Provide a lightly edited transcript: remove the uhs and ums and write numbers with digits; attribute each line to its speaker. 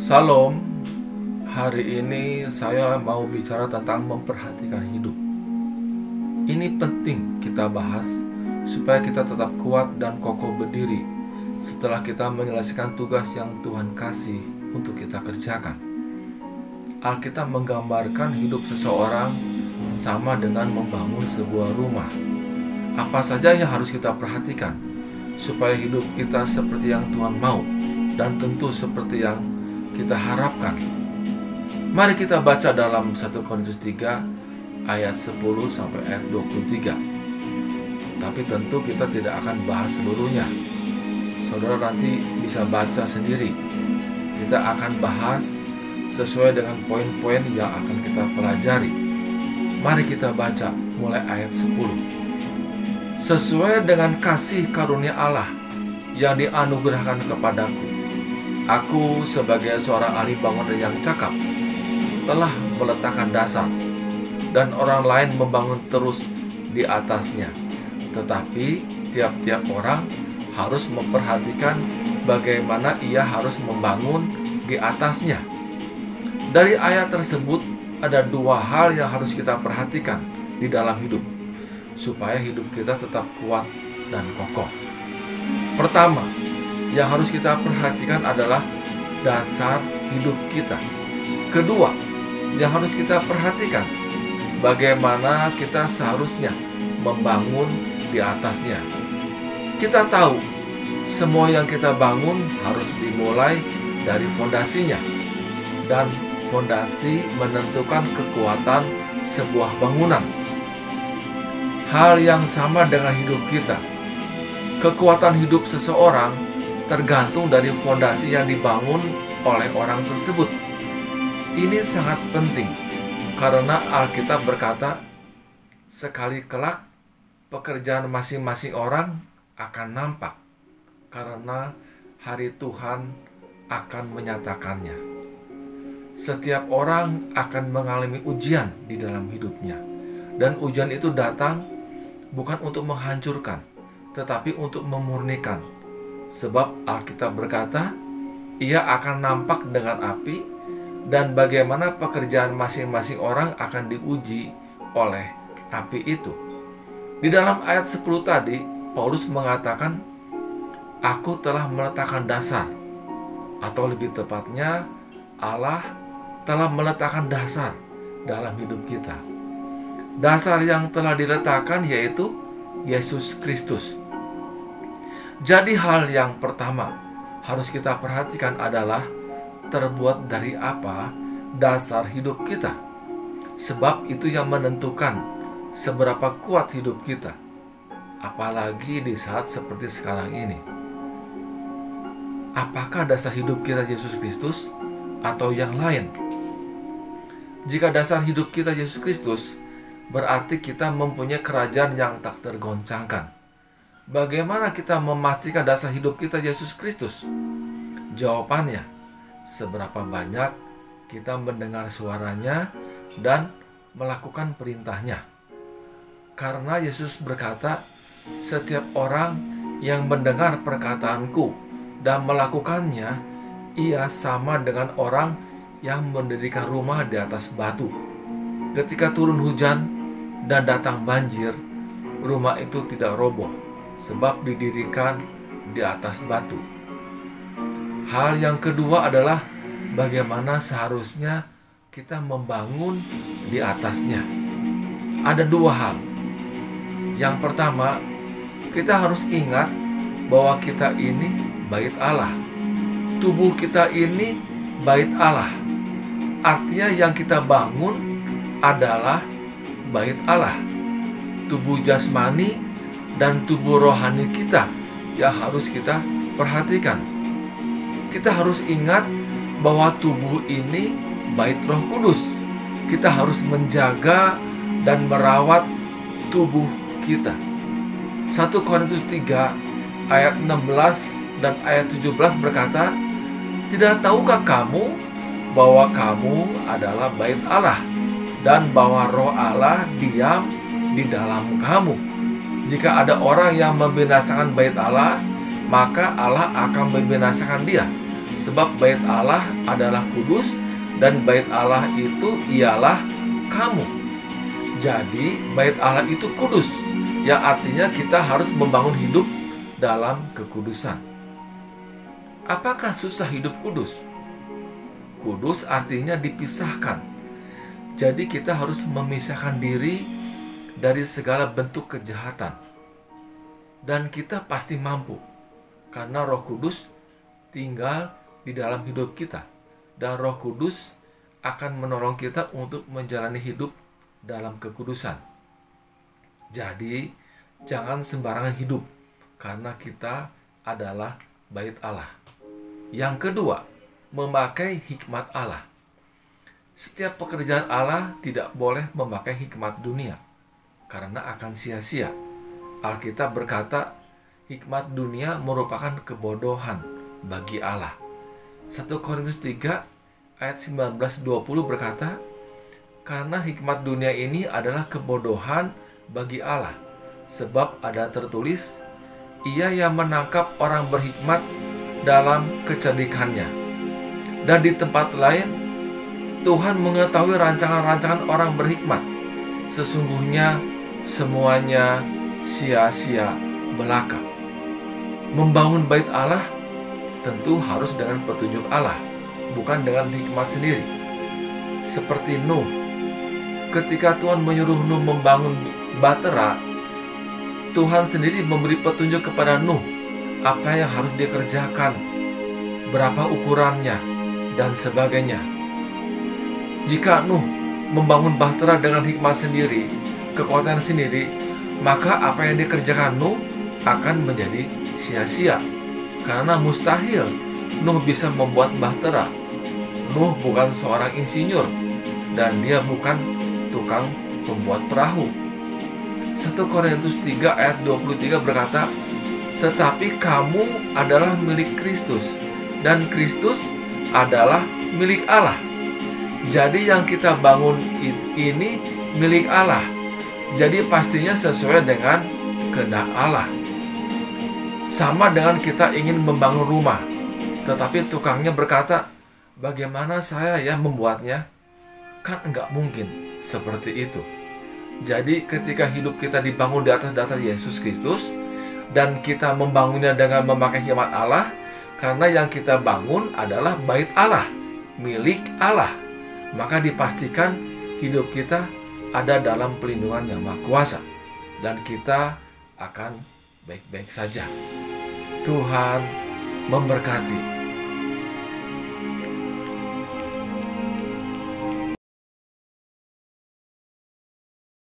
Speaker 1: Salam, hari ini saya mau bicara tentang memperhatikan hidup. Ini penting kita bahas supaya kita tetap kuat dan kokoh berdiri setelah kita menyelesaikan tugas yang Tuhan kasih untuk kita kerjakan. Alkitab menggambarkan hidup seseorang sama dengan membangun sebuah rumah. Apa saja yang harus kita perhatikan supaya hidup kita seperti yang Tuhan mau dan tentu seperti yang kita harapkan. Mari kita baca dalam 1 Korintus 3 ayat 10 sampai ayat 23. Tapi tentu kita tidak akan bahas seluruhnya. Saudara nanti bisa baca sendiri. Kita akan bahas sesuai dengan poin-poin yang akan kita pelajari. Mari kita baca mulai ayat 10. Sesuai dengan kasih karunia Allah yang dianugerahkan kepadaku, aku sebagai seorang ahli bangunan yang cakap telah meletakkan dasar, dan orang lain membangun terus di atasnya. Tetapi tiap-tiap orang harus memperhatikan bagaimana ia harus membangun di atasnya. Dari ayat tersebut ada dua hal yang harus kita perhatikan di dalam hidup supaya hidup kita tetap kuat dan kokoh. Pertama, yang harus kita perhatikan adalah dasar hidup kita. Kedua, yang harus kita perhatikan bagaimana kita seharusnya membangun di atasnya. Kita tahu semua yang kita bangun harus dimulai dari fondasinya, dan fondasi menentukan kekuatan sebuah bangunan. Hal yang sama dengan hidup kita. Kekuatan hidup seseorang tergantung dari fondasi yang dibangun oleh orang tersebut. Ini sangat penting karena Alkitab berkata, sekali kelak pekerjaan masing-masing orang akan nampak karena hari Tuhan akan menyatakannya. Setiap orang akan mengalami ujian di dalam hidupnya, dan ujian itu datang bukan untuk menghancurkan, tetapi untuk memurnikan. Sebab Alkitab berkata, ia akan nampak dengan api, dan bagaimana pekerjaan masing-masing orang akan diuji oleh api itu. Di dalam ayat 10 tadi, Paulus mengatakan, aku telah meletakkan dasar, atau lebih tepatnya, Allah telah meletakkan dasar dalam hidup kita. Dasar yang telah diletakkan yaitu Yesus Kristus. Jadi hal yang pertama harus kita perhatikan adalah terbuat dari apa dasar hidup kita. Sebab itu yang menentukan seberapa kuat hidup kita, apalagi di saat seperti sekarang ini. Apakah dasar hidup kita Yesus Kristus atau yang lain? Jika dasar hidup kita Yesus Kristus, berarti kita mempunyai kerajaan yang tak tergoncangkan. Bagaimana kita memastikan dasar hidup kita Yesus Kristus? Jawabannya, seberapa banyak kita mendengar suaranya dan melakukan perintahnya. Karena Yesus berkata, setiap orang yang mendengar perkataanku dan melakukannya, ia sama dengan orang yang mendirikan rumah di atas batu. Ketika turun hujan dan datang banjir, rumah itu tidak roboh, sebab didirikan di atas batu. Hal yang kedua adalah bagaimana seharusnya kita membangun di atasnya. Ada dua hal. Yang pertama, kita harus ingat bahwa kita ini bait Allah. Tubuh kita ini bait Allah. Artinya yang kita bangun adalah bait Allah. Tubuh jasmani dan tubuh rohani kita yang harus kita perhatikan. Kita harus ingat bahwa tubuh ini bait Roh Kudus. Kita harus menjaga dan merawat tubuh kita. 1 Korintus 3 ayat 16 dan ayat 17 berkata, tidak tahukah kamu bahwa kamu adalah bait Allah dan bahwa Roh Allah diam di dalam kamu? Jika ada orang yang membinasakan bait Allah, maka Allah akan membinasakan dia. Sebab bait Allah adalah kudus, dan bait Allah itu ialah kamu. Jadi bait Allah itu kudus, yang artinya kita harus membangun hidup dalam kekudusan. Apakah susah hidup kudus? Kudus artinya dipisahkan. Jadi kita harus memisahkan diri dari segala bentuk kejahatan. Dan kita pasti mampu, karena Roh Kudus tinggal di dalam hidup kita. Dan Roh Kudus akan menolong kita untuk menjalani hidup dalam kekudusan. Jadi, jangan sembarangan hidup, karena kita adalah bait Allah. Yang kedua, memakai hikmat Allah. Setiap pekerjaan Allah tidak boleh memakai hikmat dunia, karena akan sia-sia. Alkitab berkata, hikmat dunia merupakan kebodohan bagi Allah. 1 Korintus 3 ayat 19-20 berkata, karena hikmat dunia ini adalah kebodohan bagi Allah, sebab ada tertulis, ia yang menangkap orang berhikmat dalam kecerdikannya. Dan di tempat lain, Tuhan mengetahui rancangan-rancangan orang berhikmat. Sesungguhnya semuanya sia-sia belaka. Membangun bait Allah tentu harus dengan petunjuk Allah, bukan dengan hikmat sendiri. Seperti Nuh, ketika Tuhan menyuruh Nuh membangun bahtera, Tuhan sendiri memberi petunjuk kepada Nuh apa yang harus dikerjakan, berapa ukurannya, dan sebagainya. Jika Nuh membangun bahtera dengan hikmat sendiri, kekuatan sendiri, maka apa yang dikerjakan Nuh akan menjadi sia-sia. Karena mustahil Nuh bisa membuat bahtera. Nuh bukan seorang insinyur, dan dia bukan tukang pembuat perahu. 1 Korintus 3 ayat 23 berkata, tetapi kamu adalah milik Kristus, dan Kristus adalah milik Allah. Jadi yang kita bangun ini milik Allah. Jadi pastinya sesuai dengan kehendak Allah. Sama dengan kita ingin membangun rumah, tetapi tukangnya berkata, bagaimana saya ya membuatnya? Kan enggak mungkin seperti itu. Jadi ketika hidup kita dibangun di atas dasar Yesus Kristus, dan kita membangunnya dengan memakai hikmat Allah, karena yang kita bangun adalah bait Allah, milik Allah, maka dipastikan hidup kita ada dalam pelindungan Yang Maha Kuasa, dan kita akan baik-baik saja. Tuhan memberkati.